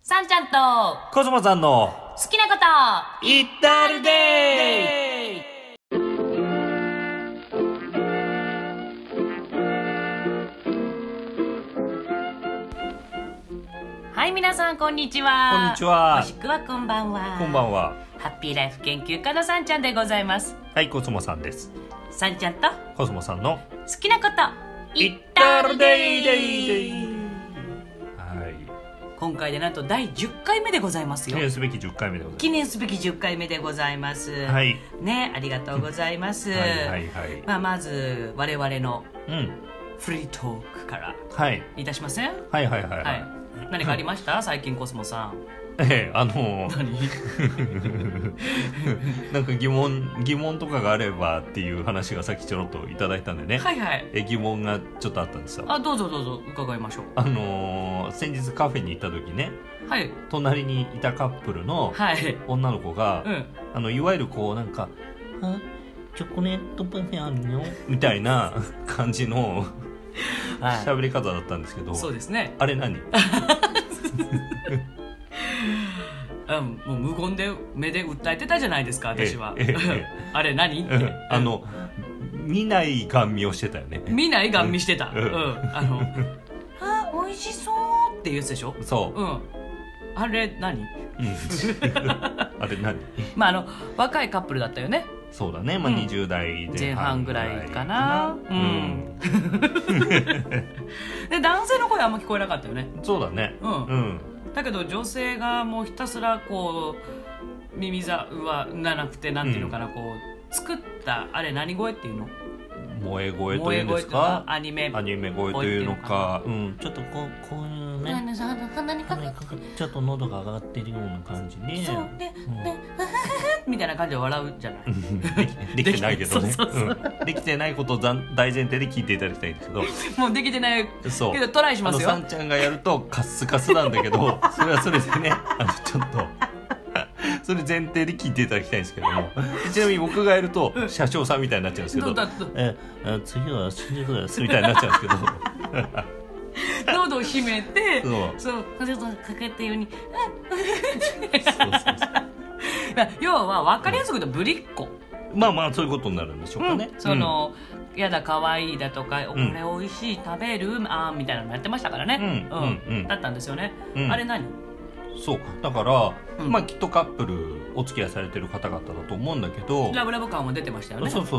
さんちゃんとコスモさんの好きなことイッタルデイ。 はい、皆さんこんにちは。 こんにちは。 もしくはこんばんは。 こんばんは。 ハッピーライフ研究家のさんちゃんでございます。 はい、コスモさんです。 さんちゃんとコスモさんの好きなことイッタルデイ。はい。 今回でなんと第10回目でございますよ。 記念すべき10回目でございます。 記念すべき10回目でございます。 はいね、ありがとうございます。 はいはいはい。 まず我々のうんフリートークからはいいたしません？ はいはいはいは。 はい何かありました最近コスモさん？ 何何なんか疑問とかがあればっていう話がさっきちょろっといただいたんでね。 はいはい。 疑問がちょっとあったんですよ。 あ、どうぞどうぞ伺いましょう。 先日カフェに行った時ね、 はい隣にいたカップルのはい女の子が、いわゆるこうなんかチョコレートパフェあるよみたいな感じの喋り方だったんですけど、 そうですね。 あれ何？ もう無言で目で訴えてたじゃないですか私は。あれ何って、 見ないガン見をしてたよね。 見ないガン見してた。美味しそうって言うやつでしょ。 そう。 あれ何？ あれ何？ 若いカップルだったよね。 そうだね、20代前半ぐらいかな。で男性の声あんま聞こえなかったよね。 そうだね。 だけど女性がもうひたすらこう耳ざわななくてなんていうのかな、こう作ったあれ何声っていうの？ 萌え声というんですか？ アニメ声というのか、ちょっとこういうね、 鼻にかけてちょっと喉が上がってるような感じで、 そうでみたいな感じで笑うじゃない。 できてないけどね。できてないことを大前提で聞いていただきたいんですけど、 もうできてないそうけどトライしますよ。 さんちゃんがやるとカッスカスなんだけど、それはそれでね、ちょっとそれ前提で聞いていただきたいんですけども、ちなみに僕がやると車掌さんみたいになっちゃうんですけど、次は新宿ですみたいになっちゃうんですけど、 喉を締めて、そう風をかけてように要は分かりやすく言うとぶりっ子。 まあそういうことになるんでしょうかね。 やだ可愛いだとか、これ美味しい食べるみたいなのやってましたからね。だったんですよね。あれ何？ そうだから、きっとカップルお付き合いされてる方々だと思うんだけど、 ラブラブ感も出てましたよね。 そう、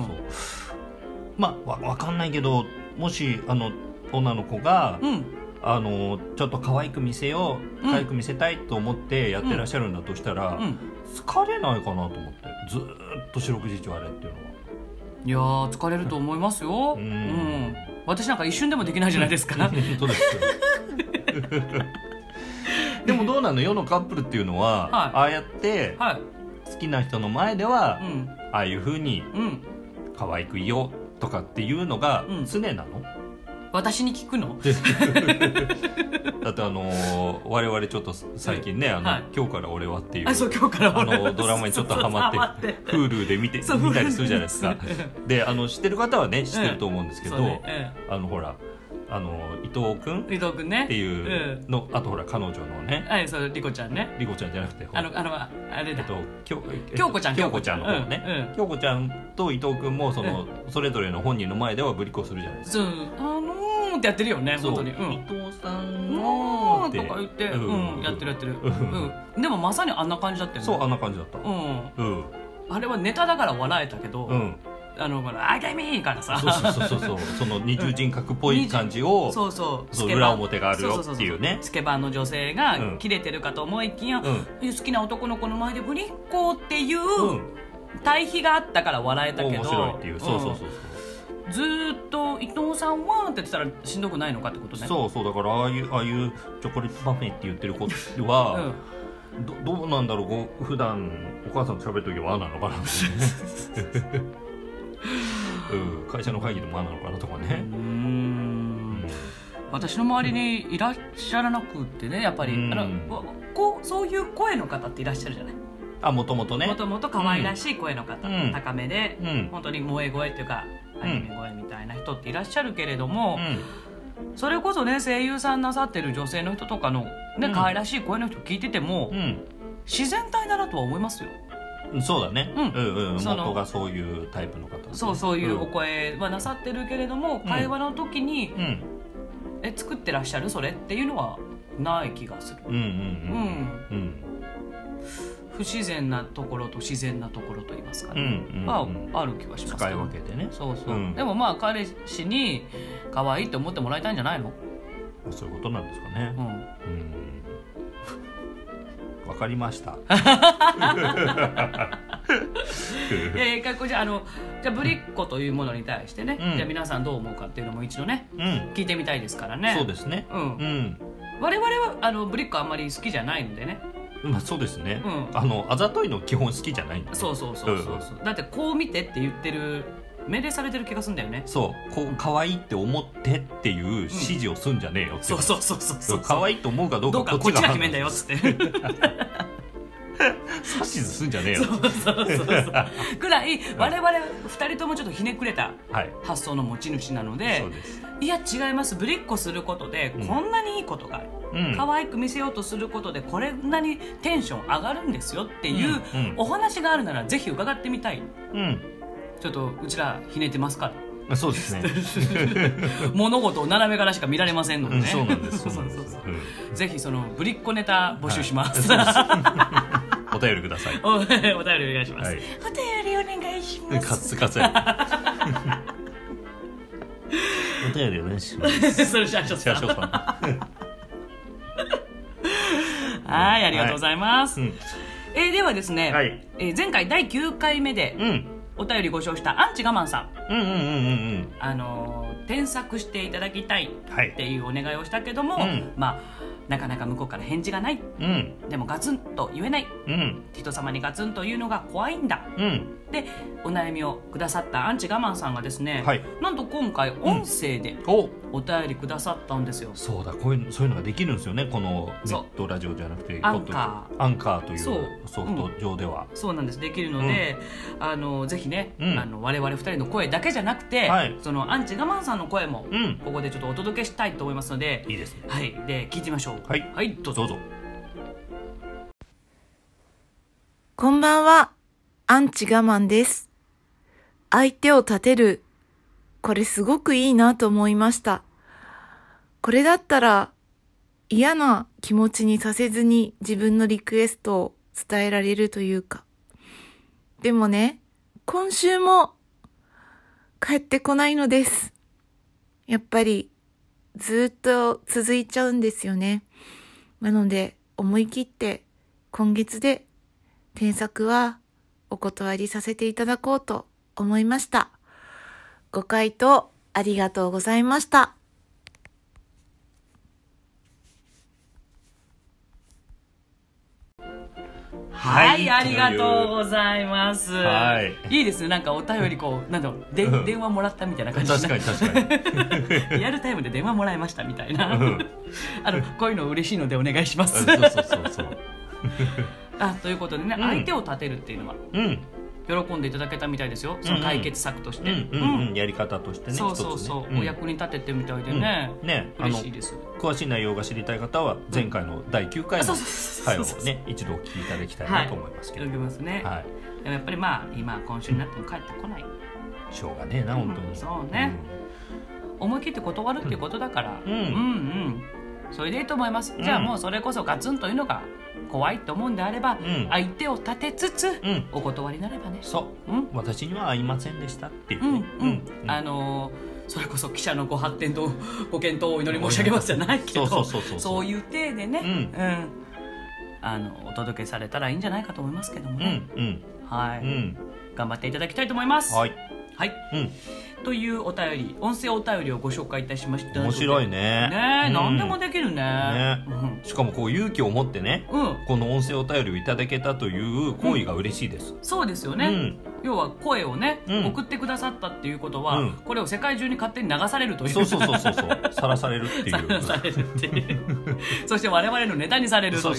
わかんないけど、もし女の子が、ちょっと可愛く見せたいと思ってやってらっしゃるんだとしたら、疲れないかなと思って、ずーっと四六時中あれっていうのは。 いやー疲れると思いますよ。私なんか一瞬でもできないじゃないですか。 そうですでもどうなの、世のカップルっていうのは、ああやって好きな人の前では、ああいう風に可愛くいようとかっていうのが常なの？ 私に聞くの？ だって我々ちょっと最近ね、今日から俺はっていう今日から俺はドラマにちょっとハマって Hulu で見たりするじゃないですか。で知ってる方はね知ってると思うんですけど、ほら伊藤君ねっていうの、あとほら彼女のね、 リコちゃんね、 リコちゃんじゃなくてあれだ、京子ちゃんの方ね、京子ちゃんと伊藤君もそれぞれの本人の前ではぶりっ子するじゃないですか。 ってやってるよね、本当に。 伊藤さんのとか言ってやってる。でもまさにあんな感じだったよね。 そう、あんな感じだった。 あれはネタだから笑えたけど、あいみーからさ、 その二重人格っぽい感じを、裏表があるよっていうね、 スケバンの女性がキレてるかと思いきや、好きな男の子の前でぶりっ子っていう対比があったから笑えたけど、面白いっていう。ずーっと伊藤さんはって言ってたらしんどくないのかってことね。 そうだからああいうチョコレートパフェって言ってる子は、どうなんだろう、普段お母さんと喋るときはああなのかな会社の会議でもああなのかなとかね。 私の周りにいらっしゃらなくてね、やっぱりそういう声の方っていらっしゃるじゃない。もともと可愛らしい声の方、高めで、本当に萌え声っていうかアニメ声みたいな人っていらっしゃるけれども、 それこそね声優さんなさってる女性の人とかのね、可愛らしい声の人聞いてても、自然体だなとは思いますよ。 そうだね、元がそういうタイプの方、 そういうお声はなさってるけれども、会話の時に、作ってらっしゃるそれっていうのはない気がする。不自然なところと自然なところといいますかね、ある気がしますけど、 使い分けてね。 でもまあ彼氏に可愛いって思ってもらいたいんじゃないの？ そういうことなんですかね。わかりました。じゃあぶりっ子というものに対してね、じゃあ皆さんどう思うかっていうのも一度ね、聞いてみたいですからね。 そうですね。 我々はぶりっ子あんまり好きじゃないのでね。 まあそうですね。あざといの基本好きじゃないんだ。 そうだってこう見てって言ってる命令されてる気がするんだよね。 そうこう可愛いって思ってっていう指示をすんじゃねえよって。 そう可愛いと思うかどうかこっちが決めんだよっつって指図すんじゃねえよくらい我々2人ともちょっとひねくれた発想の持ち主なので、いや違います、ぶりっ子することでこんなにいいことがある、可愛く見せようとすることでこれなにテンション上がるんですよっていうお話があるならぜひ伺ってみたい。ちょっとうちらひねってますからそうですね物事を斜めからしか見られませんのでね。 そうなんですぜひそのぶりっ子ネタ募集します、 お便りください。 お便りお願いします、お便りお願いします。 カツカツお便りお願いします。 それ社長さんはい、ありがとうございます、ではですね、前回第9回目で、お便りご紹介したアンチ我慢さん、添削していただきたいっていうお願いをしたけども、まあなかなか向こうから返事がない、でもガツンと言えない、人様にガツンと言うのが怖いんだ、でお悩みをくださったアンチ我慢さんがですね、なんと今回音声でお便りくださったんですよ。 そうだ、そういうのができるんですよね、このネットラジオじゃなくてアンカーというソフト上では、 そうなんです、できるので、ぜひね、我々2人の声だけじゃなくて、そのアンチ我慢さんの声もここでちょっとお届けしたいと思いますので、 いいですね。 はい、で聞いてみましょう。はい、どうぞ。 こんばんは、アンチ我慢です。相手を立てる。これすごくいいなと思いました。これだったら嫌な気持ちにさせずに自分のリクエストを伝えられるというか。でもね、今週も帰ってこないのです。やっぱりずっと続いちゃうんですよね。なので思い切って今月で添削はお断りさせていただこうと思いました。ご回答ありがとうございました。 はい、ありがとうございます。いいですね、なんかお便りこうなんだろう、電話もらったみたいな感じ。 確かにリアルタイムで電話もらいましたみたいな。こういうの嬉しいのでお願いします。ということでね、相手を立てるっていうのは喜んでいただけたみたいですよ、その解決策として、 やり方としてね。 そうお役に立ててみたいでね、嬉しいです。 詳しい内容が知りたい方は前回の第9回の回をね一度お聞きいただきたいなと思いますけど。 でもやっぱり今週になっても帰ってこない、 しょうがねえな本当に。 そうね、思い切って断るっていうことだから、それでいいと思います。じゃあもうそれこそガツンというのが怖いと思うんであれば、相手を立てつつお断りになればね、 私には合いませんでしたっていうね、 それこそ記者のご発展とご健闘をお祈り申し上げますじゃないけど、そういう体でね、お届けされたらいいんじゃないかと思いますけどもね。頑張っていただきたいと思います。というお便り、音声お便りをご紹介いたしました。 面白いね。 何でもできるね。 しかもこう勇気を持ってね、この音声お便りをいただけたという行為が嬉しいです。 そうですよね。要は声をね送ってくださったっていうことは、これを世界中に勝手に流されるという。 さらされるっていう。 そして我々のネタにされるという。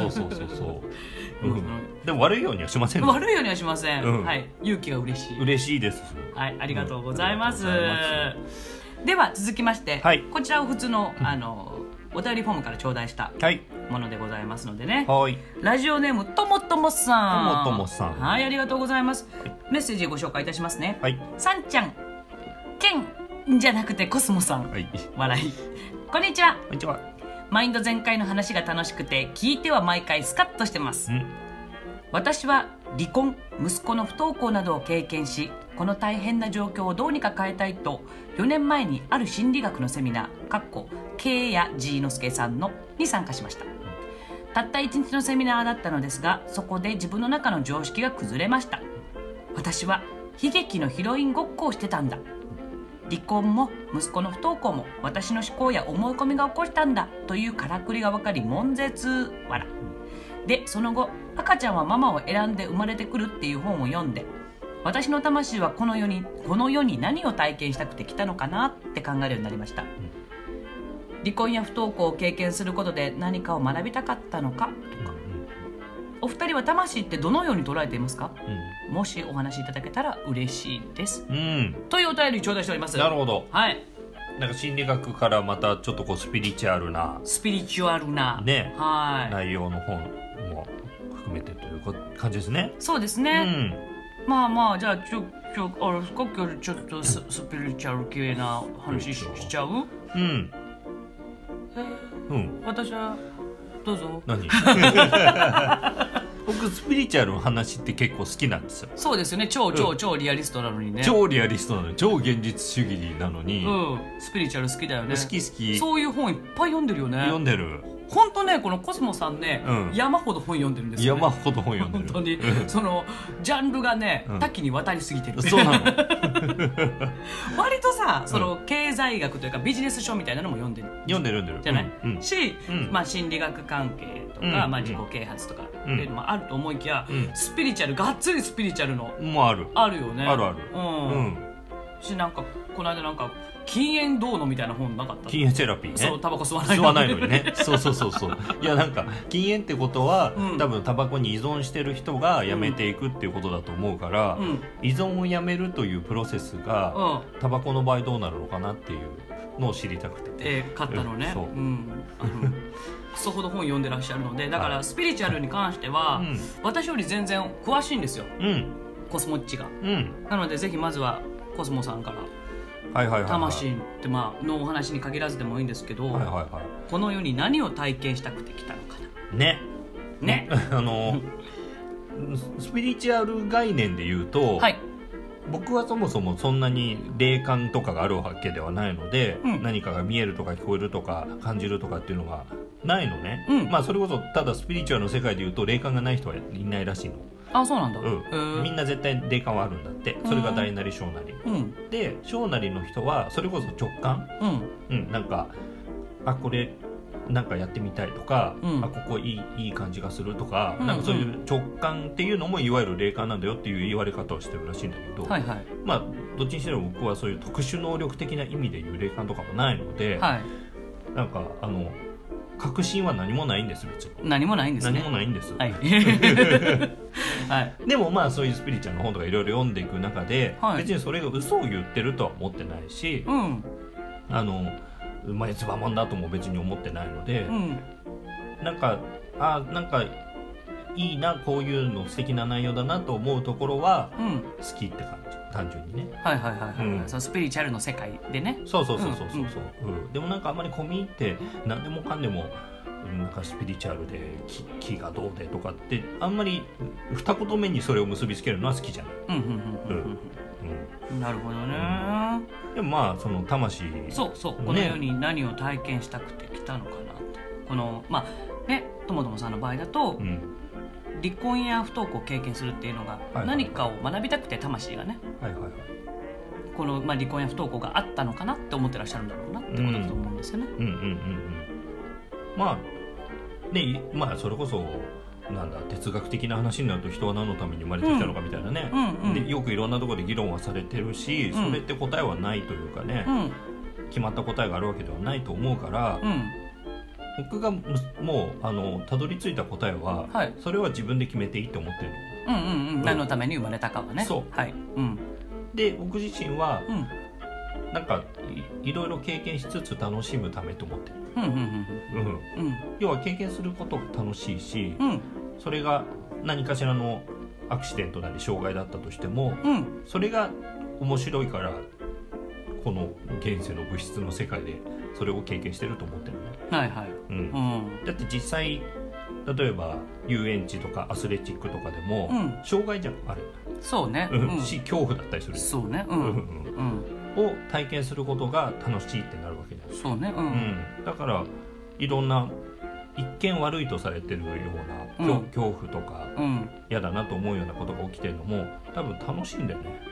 でも悪いようにはしません。 悪いようにはしません。勇気が嬉しい。 嬉しいです。 ありがとうございます。 では続きまして、 はい、 こちらを普通のお便りフォームから頂戴したものでございますのでね、 はい、 ラジオネームともともさん、 ともともさん、 はい、ありがとうございます。メッセージご紹介いたしますね。 はい、 さんちゃん、ケンじゃなくてコスモさん、 はい、 笑い。こんにちは。 こんにちは。 マインド全開の話が楽しくて聞いては毎回スカッとしてます。私は離婚、息子の不登校などを経験し、この大変な状況をどうにか変えたいと4年前にある心理学のセミナーKやG之助さんのに参加しました。たった1日のセミナーだったのですが、そこで自分の中の常識が崩れました。私は悲劇のヒロインごっこをしてたんだ。離婚も息子の不登校も私の思考や思い込みが起こしたんだというからくりが分かり悶絶笑で、その後赤ちゃんはママを選んで生まれてくるっていう本を読んで、私の魂はこの世に何を体験したくて来たのかなって考えるようになりました。離婚や不登校を経験することで何かを学びたかったのかとか、お二人は魂ってどのように捉えていますか？もしお話しいただけたら嬉しいです、というお便り頂戴しております。 なるほど。 はい、 なんか心理学からまたちょっとこうスピリチュアルなね、はい、 内容の本も含めてという感じですね。 そうですね、まあまあ、じゃああれですか、今日ちょっとスピリチュアル系な話しちゃう？私はどうぞ。 何僕スピリチュアルの話って結構好きなんですよ。 そうですよね。超リアリストなのにね。 超リアリストなのに、超現実主義なのに、 スピリチュアル好きだよね。 好き。 そういう本いっぱい読んでるよね。 読んでる。 本当ね、このコスモさんね、山ほど本読んでるんですよね。 山ほど本読んでる。 本当にそのジャンルがね、多岐にわたりすぎてる。 そうなの。 割とさ、その経済学というかビジネス書みたいなのも読んでるじゃない、し、まあ心理学関係とか、まあ自己啓発とかっていうのもあると思いきや、スピリチュアル、がっつりスピリチュアルのもあるよね。 ある。 し、なんかこの間なんか禁煙どうのみたいな本なかった？ 禁煙セラピーね。 そう、タバコ吸わないのにね。そう。いや、なんか禁煙ってことは、多分タバコに依存してる人がやめていくっていうことだと思うから、依存をやめるというプロセスが、タバコの場合どうなるのかなっていうのを知りたくて。 買ったのね。そう。クソほど本読んでらっしゃるので、だからスピリチュアルに関しては、私より全然詳しいんですよ。コスモッチが。なのでぜひまずはコスモさんから。魂ってのお話に限らずでもいいんですけど、この世に何を体験したくて来たのかな。ね。 スピリチュアル概念で言うと、僕はそもそもそんなに霊感とかがあるわけではないので、何かが見えるとか聞こえるとか感じるとかっていうのがないのね。まあそれこそただスピリチュアルの世界で言うと霊感がない人はいないらしいの。 あ、そうなんだ。 みんな絶対霊感はあるんだって。それが大なり小なり、で小なりの人はそれこそ直感、なんかこれなんかやってみたいとか、ここいい感じがするとか、なんかそういう直感っていうのもいわゆる霊感なんだよっていう言われ方をしてるらしいんだけど、まあどっちにしろ僕はそういう特殊能力的な意味でいう霊感とかもないので、なんか確信は何もないんです。別に何もないんですね。 何もないんです、でもまあそういうスピリチュアルの本とかいろいろ読んでいく中で、別にそれが嘘を言ってるとは思ってないし、つばもんだとも別に思ってないので、なんかいいな、こういうの素敵な内容だなと思うところは好きって感じ、単純にね。そのスピリチュアルの世界でね。そう。でもなんかあんまり込み入って何でもかんでもなんかスピリチュアルで気がどうでとかってあんまり二言目にそれを結びつけるのは好きじゃない。 なるほどね。 でもまあその魂、 この世に何を体験したくて来たのかなって。このまあね、ともともさんの場合だと、離婚や不登校を経験するっていうのが何かを学びたくて魂がね、この離婚や不登校があったのかなって思ってらっしゃるんだろうなってことだと思うんですよね。まあそれこそなんだ、哲学的な話になると人は何のために生まれてきたのかみたいなね、でよくいろんなところで議論はされてるし、それって答えはないというかね、決まった答えがあるわけではないと思うから、僕がもうたどり着いた答えは、それは自分で決めていいと思ってるの。 何のために生まれたかはね。で僕自身は、 なんかいろいろ経験しつつ楽しむためと思ってる。要は経験することが楽しいし、それが何かしらのアクシデントなり障害だったとしても、それが面白いからこの現世の物質の世界でそれを経験してると思ってるね。 はいはい。 だって実際例えば遊園地とかアスレチックとかでも、障害じゃんあれ。 そうね。 し恐怖だったりする。 そうね。 を体験することが楽しいってなるわけじゃん。 そうね。 だからいろんな一見悪いとされてるような恐怖とか嫌だなと思うようなことが起きてるのも多分楽しいんだよね。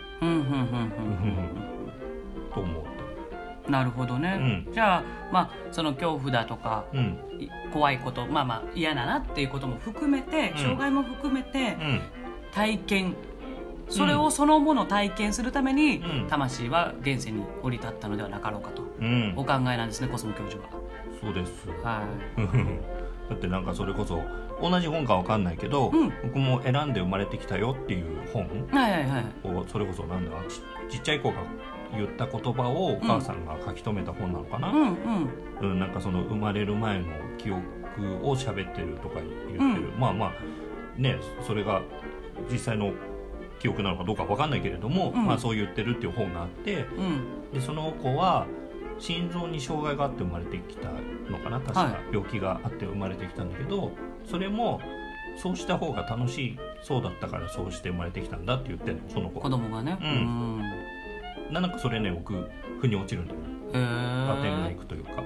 と思う。 なるほどね。じゃあその恐怖だとか怖いこと嫌だなっていうことも含めて、障害も含めて体験、それをそのもの体験するために魂は現世に降り立ったのではなかろうかとお考えなんですね、コスモ教授は。 そうです。だってなんかそれこそ同じ本かわかんないけど、僕も選んで生まれてきたよっていう本を、それこそちっちゃい子が言った言葉をお母さんが書き留めた本なのかな。なんかその生まれる前の記憶を喋ってるとか言ってる、ね、それが実際の記憶なのかどうかわかんないけれども、そう言ってるっていう本があって、でその子は心臓に障害があって生まれてきたのかな、確か、病気があって生まれてきたんだけど、それもそうした方が楽しいそうだったからそうして生まれてきたんだって言ってるの、その子。 子供がね。 なんかそれね、僕腑に落ちるんだよね。合点がいくというか。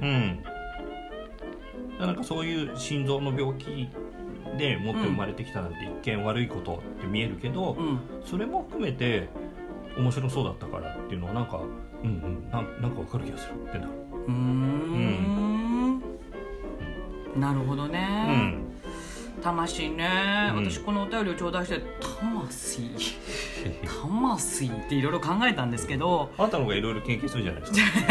なんかそういう心臓の病気で持って生まれてきたなんて一見悪いことって見えるけど、それも含めて面白そうだったからっていうのはなんかなんか分かる気がするってなる。 なるほどね。魂ね、私このお便りを頂戴して魂っていろいろ考えたんですけど、 あなたの方がいろいろ研究するじゃない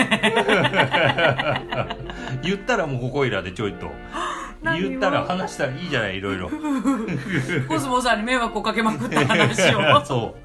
ですか。言ったらもうここいらでちょいと言ったら話したらいいじゃない、いろいろ。 コスモさんに迷惑をかけまくった話を。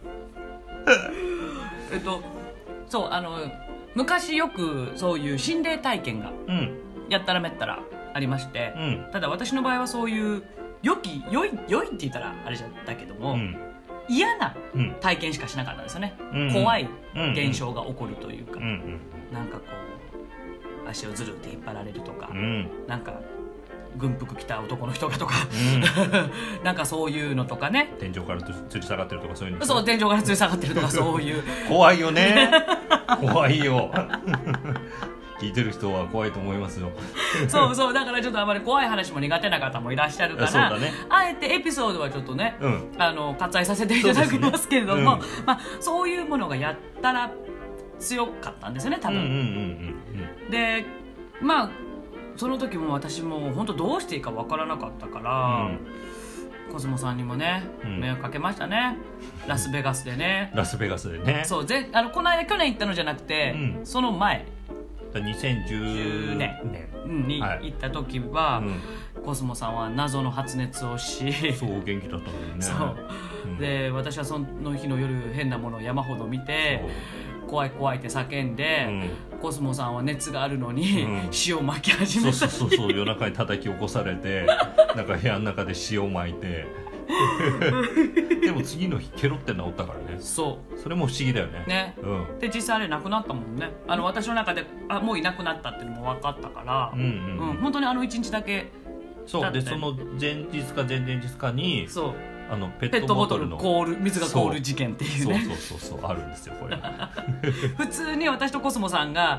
そう昔よくそういう心霊体験がやったらめったらありまして、ただ私の場合はそういう良いって言ったらあれじゃったけども、嫌な体験しかしなかったんですよね。怖い現象が起こるというか、なんかこう足をずるって引っ張られるとか、なんか軍服着た男の人がとか、なんかそういうのとかね、 天井から吊り下がってるとかそういうの。 そう、天井から吊り下がってるとかそういう怖いよね。怖いよ。聞いてる人は怖いと思いますよ。 そうだからちょっとあまり怖い話も苦手な方もいらっしゃるから、あえてエピソードはちょっとね、割愛させていただきますけれども、そういうものがやったら強かったんですよね、多分。でその時も私も本当どうしていいか分からなかったから、コスモさんにもね迷惑かけましたね。ラスベガスでね。そう、この間去年行ったのじゃなくて、その前 2010年に行った時は、コスモさんは謎の発熱をし、 そう元気だったんだよね。 で私はその日の夜変なものを山ほど見て、怖い怖いって叫んで、コスモさんは熱があるのに塩巻き始めた。 そう夜中に叩き起こされて、なんか部屋の中で塩巻いて。でも次の日ケロって治ったからね。それも不思議だよね。 で実際あれなくなったもんね。私の中でもういなくなったっていうのも分かったから、本当に1日だけ。 そうで、その前日か前々日かにペットボトルの水が凍る事件っていうね。 そうあるんですよこれ。 普通に私とコスモさんが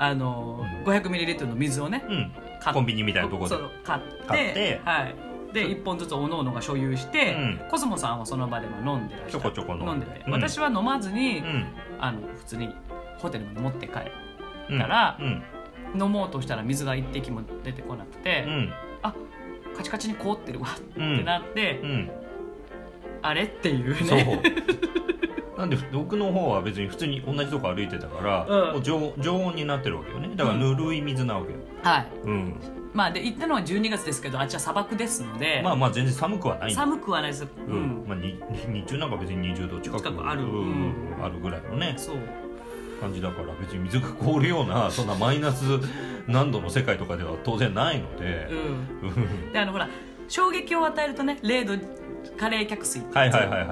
500ml の水をね、 コンビニみたいなところで買ってで1本ずつおのおのが所有して、コスモさんはその場で飲んでらっしゃる、 ちょこ飲んでて、 私は飲まずに、普通にホテルまで持って帰ったら、飲もうとしたら水が一滴も出てこなくて、カチカチに凍ってるわってなって、あれっていうね。 なんで僕の方は別に普通に同じとこ歩いてたから、もう常温になってるわけよね。だからぬるい水なわけよ。で行ったのは12月ですけど、あっちは砂漠ですので、全然寒くはないです。 日中なんか別に20度近くあるぐらいのね。 感じだから別に水が凍るようなそんなマイナス何度の世界とかでは当然ないので、 でほら衝撃を与えるとね0度カレー客水って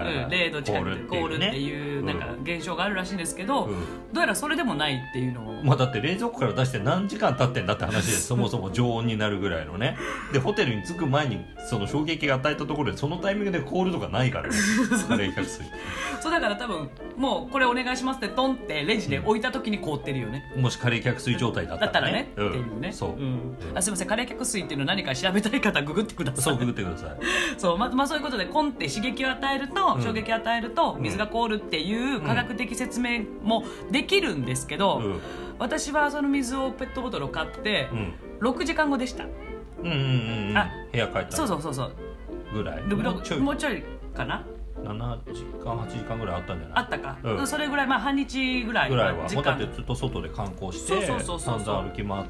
0度近くで凍るっていうなんか現象があるらしいんですけど、どうやらそれでもないっていうのを、 まあだって冷蔵庫から出して何時間経ってんだって話ですそもそも常温になるぐらいのね。でホテルに着く前にその衝撃が与えたところでそのタイミングで凍るとかないからねカレー客水そうだから多分もうこれお願いしますってトンってレジで置いた時に凍ってるよね、 もしカレー客水状態だったらねっていうね。そう、すいません、カレー客水っていうの何か調べたい方はググってください。 そうググってください。 そう、まあそういうことでコンって刺激を与えると、衝撃を与えると水が凍るっていう科学的説明もできるんですけど、私はその水をペットボトルを買って6時間後でした。 部屋帰ったそうぐらいもうちょいかな。 7時間8時間ぐらいあったんじゃない？ あったか、それぐらい、まあ半日ぐらいはもうだってずっと外で観光して散々歩き回って、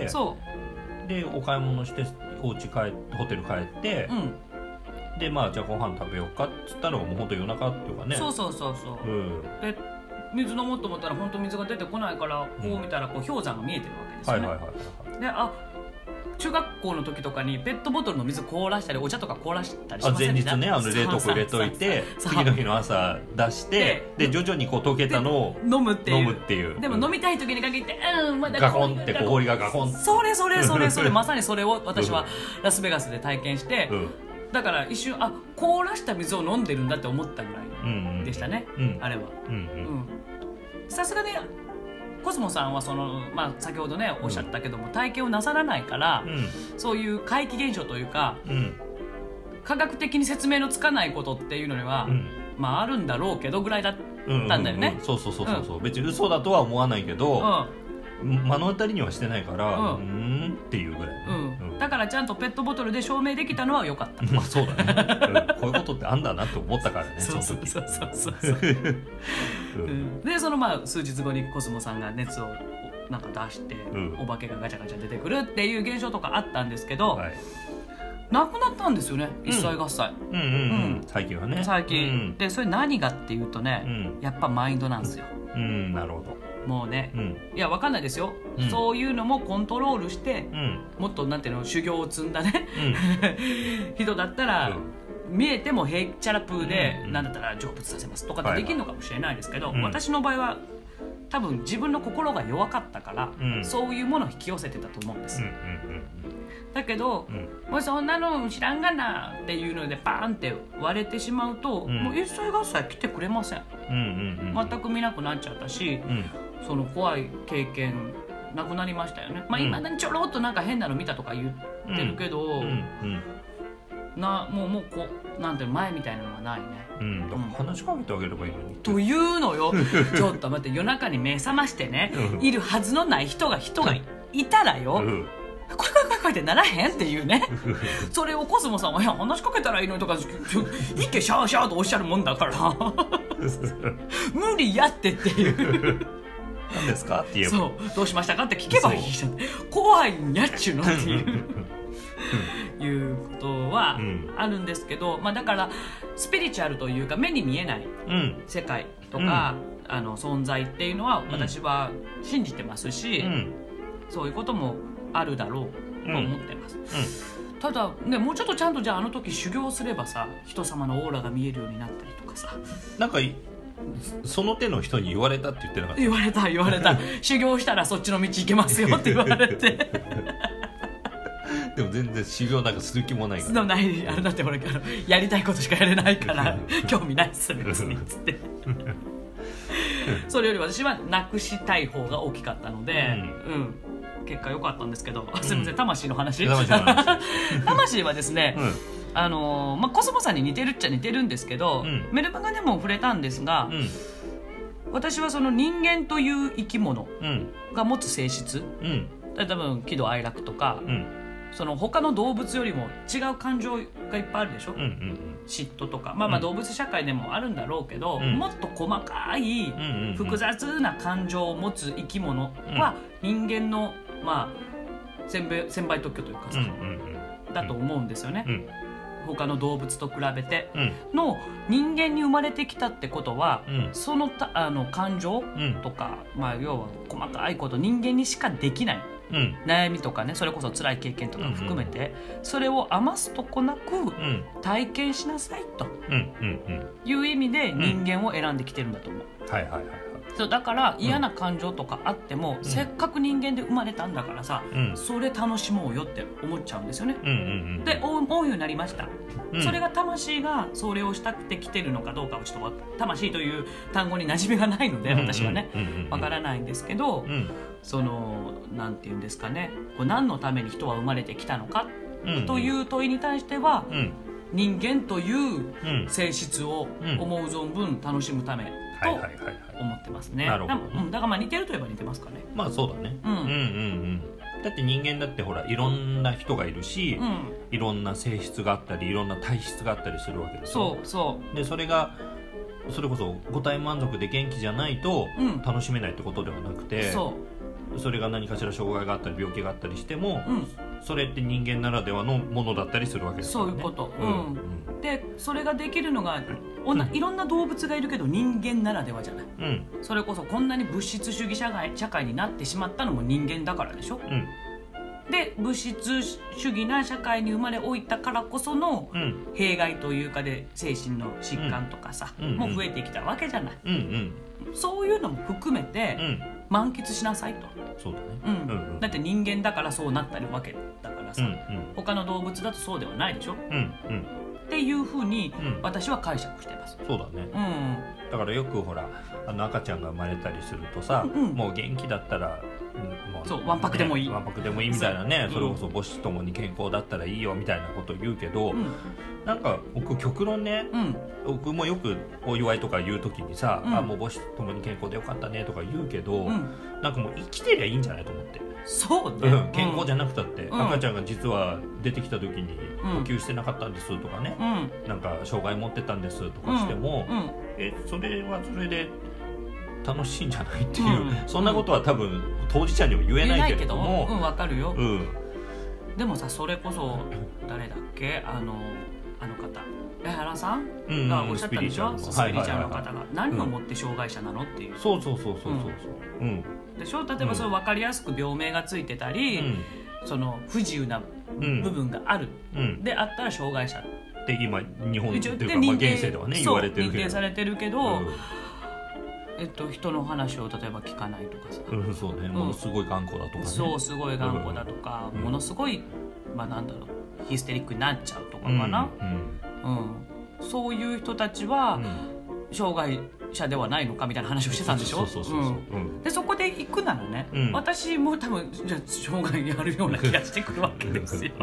でお買い物してホテル帰って、でまあじゃあご飯食べようかっつったのがもう本当夜中っていうかね。そう、で水飲もうと思ったら本当水が出てこないから、こう見たらこう氷山が見えてるわけですよね。で中学校の時とかにペットボトルの水凍らしたりお茶とか凍らしたりしませんでした？ 前日ね冷凍庫入れといて次の日の朝出してで徐々にこう溶けたのを飲むっていう。 でも飲みたい時に限ってまだガコンって氷がガコン。 それまさにそれを私はラスベガスで体験して、だから一瞬凍らした水を飲んでるんだって思ったぐらいでしたね、あれは。さすがにコスモさんは先ほどねおっしゃったけども、体験をなさらないから、そういう怪奇現象というか、科学的に説明のつかないことっていうのには、まああるんだろうけどぐらいだったんだよね。 そう別に嘘だとは思わないけど、目の当たりにはしてないからっていうぐらい、 だからちゃんとペットボトルで証明できたのは良かった。 まあそうだね、こういうことってあんだなって思ったからね。そうでその数日後にコスモさんが熱をなんか出して、お化けがガチャガチャ出てくるっていう現象とかあったんですけど、なくなったんですよね、一切合切。 最近はね。 最近でそれ何がっていうとね、やっぱマインドなんですよ。 なるほど。 もうね、いや分かんないですよ、そういうのもコントロールして、もっとなんていうの修行を積んだね、人だったら、見えてもへっちゃらプーで、なんだったら成仏させますとかってできるのかもしれないですけど、私の場合は多分自分の心が弱かったから、そういうものを引き寄せてたと思うんです。だけど、もうそんなの知らんがなっていうのでバーンって割れてしまうと、もう一切合切来てくれません。全く見なくなっちゃったし、その怖い経験なくなりましたよね。まあいまだにちょろっとなんか変なの見たとか言ってるけど、もうこうなんて前みたいなのがないね。 だから話しかけてあげればいいのにというのよ。ちょっと待って、夜中に目覚ましてね、いるはずのない人がいたらよ、こいってならへんっていうね。それをコスモさんは「いや話しかけたらいいのに」とか「いけシャーシャー」とおっしゃるもんだから無理やってっていう何ですかって言えば、 そうどうしましたかって聞けばいいじゃん。怖いんやっちゅうのっていういうことはあるんですけど、だからスピリチュアルというか目に見えない世界とか、存在っていうのは私は信じてますし、そういうこともあるだろうと思ってます。ただね、もうちょっとちゃんとじゃあの時修行すればさ、人様のオーラが見えるようになったりとかさ、 なんかその手の人に言われたって言ってなかった？ 言われた修行したらそっちの道行けますよって言われてでも全然修行なんかする気もないから。 ない、だって俺やりたいことしかやれないから興味ないっす別にっつってそれより私はなくしたい方が大きかったので、結果良かったんですけど、すみません、魂の話魂はですね、コスモさんに似てるっちゃ似てるんですけど、メルマガでも触れたんですが、私はその人間という生き物が持つ性質、多分喜怒哀楽とか、その他の動物よりも違う感情がいっぱいあるでしょ、嫉妬とか、動物社会でもあるんだろうけど、もっと細かい複雑な感情を持つ生き物は人間の1000倍特許というかさ、だと思うんですよね。 他の動物と比べての人間に生まれてきたってことは、その感情とか、要は細かいこと人間にしかできない、悩みとかね、それこそ辛い経験とか含めて、それを余すとこなく体験しなさいという意味で人間を選んできてるんだと思う。そうだから嫌な感情とかあっても、せっかく人間で生まれたんだからさ、それ楽しもうよって思っちゃうんですよね。で思うようになりました、それが魂がそれをしたくて来てるのかどうかはちょっと魂という単語に馴染みがないので私はねわからないんですけど、そのなんていうんですかね、何のために人は生まれてきたのかという問いに対しては、人間という性質を思う存分楽しむためと思ってますね。だから似てるといえば似てますかね。 そうだね。だって人間だってほらいろんな人がいるし、いろんな性質があったりいろんな体質があったりするわけですよ。でそれこそ五体満足で元気じゃないと楽しめないってことではなくて、それが何かしら障害があったり病気があったりしても、それって人間ならではのものだったりするわけですからね。 そういうこと、でそれができるのがいろんな動物がいるけど人間ならではじゃない、それこそこんなに物質主義社会になってしまったのも人間だからでしょ、で物質主義な社会に生まれおいたからこその弊害というかで精神の疾患とかさ、も増えてきたわけじゃない、そういうのも含めて満喫しなさいと。 そうだね、 だって人間だからそうなってるわけだからさ、他の動物だとそうではないでしょ、っていうふうに私は解釈してます。 そうだね、だからよくほら赤ちゃんが生まれたりするとさ、もう元気だったらわんぱくでもいい、 わんぱくでもいいみたいなね、それこそ母子ともに健康だったらいいよみたいなことを言うけど、なんか僕極論ね、僕もよくお祝いとか言う時にさ、もう母子ともに健康でよかったねとか言うけど、なんかもう生きてりゃいいんじゃないと思って。 そうね、 健康じゃなくたって、赤ちゃんが実は出てきた時に呼吸してなかったんですとかね、なんか障害持ってたんですとかしても、それはそれで楽しいんじゃないっていう、そんなことは多分当事者には言えないけれども、 わかるよ、でもさ、それこそ誰だっけ、あの方江原さんがおっしゃったんでしょ、スピリチュアルの方が何をもって障害者なのっていう、 そうでしょ。例えばそれ分かりやすく病名がついてたり、その不自由な部分がある、であったら障害者って今日本っていうか現世ではね言われてるけど、 認定されてるけど、人の話を例えば聞かないとかさ、 そうね、ものすごい頑固だとかね、 そうすごい頑固だとか、ものすごいなんだろう、ヒステリックになっちゃうとかかな、そういう人たちは障害者ではないのかみたいな話をしてたんでしょ。でそこで行くならね、私も多分じゃあ障害あるような気がしてくるわけですよ。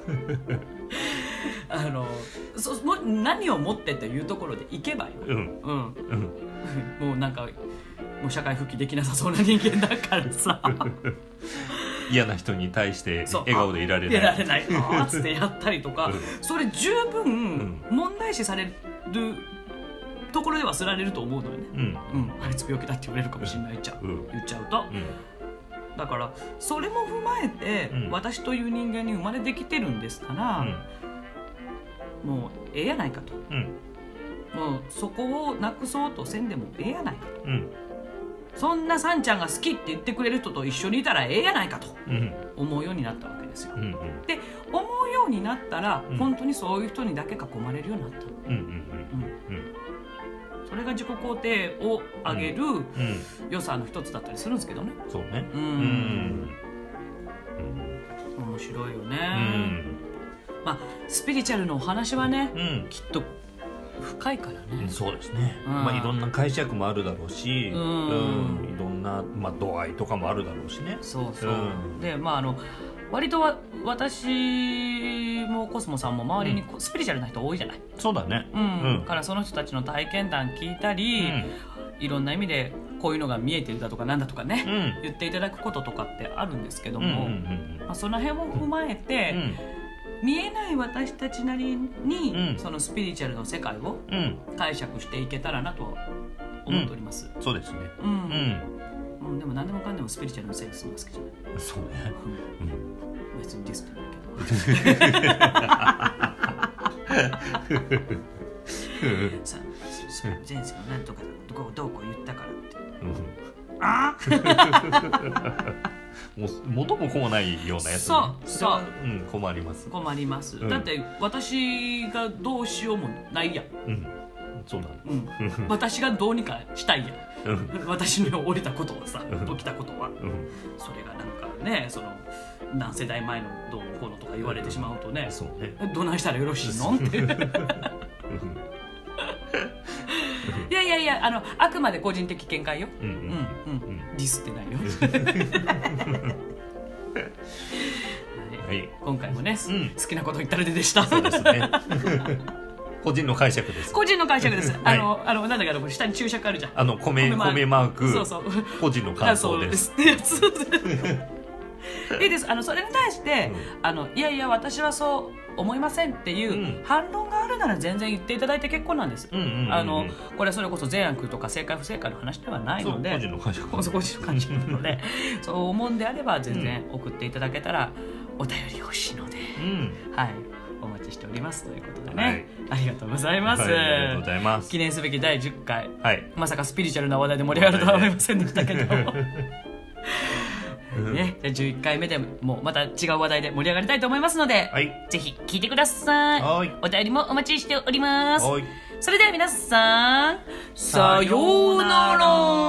何を持ってというところで行けばよ、もうなんかもう社会復帰できなさそうな人間だからさ嫌な人に対して笑顔でいられないつってやったりとか、それ十分問題視されるところではすられると思うのよね。あいつ病気だって言われるかもしれない言っちゃうと、だからそれも踏まえて、私という人間に生まれてきてるんですから、もうええやないかと、もうそこをなくそうとせんでもええやないかと、そんなさんちゃんが好きって言ってくれる人と一緒にいたらええやないかと思うようになったわけですよ。で思うようになったら、本当にそういう人にだけ囲まれるようになった。それが自己肯定を上げる良さの一つだったりするんですけどね。 そうね。 面白いよね。スピリチュアルのお話はね、きっと深いからね。 そうですね。いろんな解釈もあるだろうし、いろんな度合いとかもあるだろうしね。で割と私もコスモさんも周りにスピリチュアルな人多いじゃない。 そうだね。 からその人たちの体験談聞いたり、いろんな意味でこういうのが見えてるだとかなんだとかね、言っていただくこととかってあるんですけども、その辺を踏まえて、見えない私たちなりに、そのスピリチュアルの世界を解釈していけたらなと思っております。 そうですね。 でも何でもかんでもスピリチュアルのセンスが好きじゃない。 そうね。 別にディスってないけどさ前世のなんとかどうこう言ったからって、 もう元も子もないようなやつ、 そう、 困ります。 だって私がどうしようもないやん。 そうだ、 私がどうにかしたいやん。私に降りたことはさ、起きたことは、それがなんかね、その何世代前のどうのこうのとか言われてしまうとね、どないしたらよろしいのって。いやあくまで個人的見解よ。ディスってないよ。今回もね、好きなこと言ったらでした。 そうですね。個人の解釈です。 個人の解釈です。なんだっけ、下に注釈あるじゃん。 米マーク。個人の感想です。 いいです。それに対して、いや私はそう思いませんっていう反論があるなら全然言っていただいて結構なんです。これはそれこそ善悪とか正解不正解の話ではないので、 個人の感触なので、そう思うんであれば全然送っていただけたらお便り欲しいので、はい、お待ちしておりますということでね、ありがとうございます。記念すべき第10回、まさかスピリチュアルな話題で盛り上がるとは思いませんでしたけども。ね、11回目でもまた違う話題で盛り上がりたいと思いますので、ぜひ聞いてください。お便りもお待ちしております。それでは皆さん、さようなら。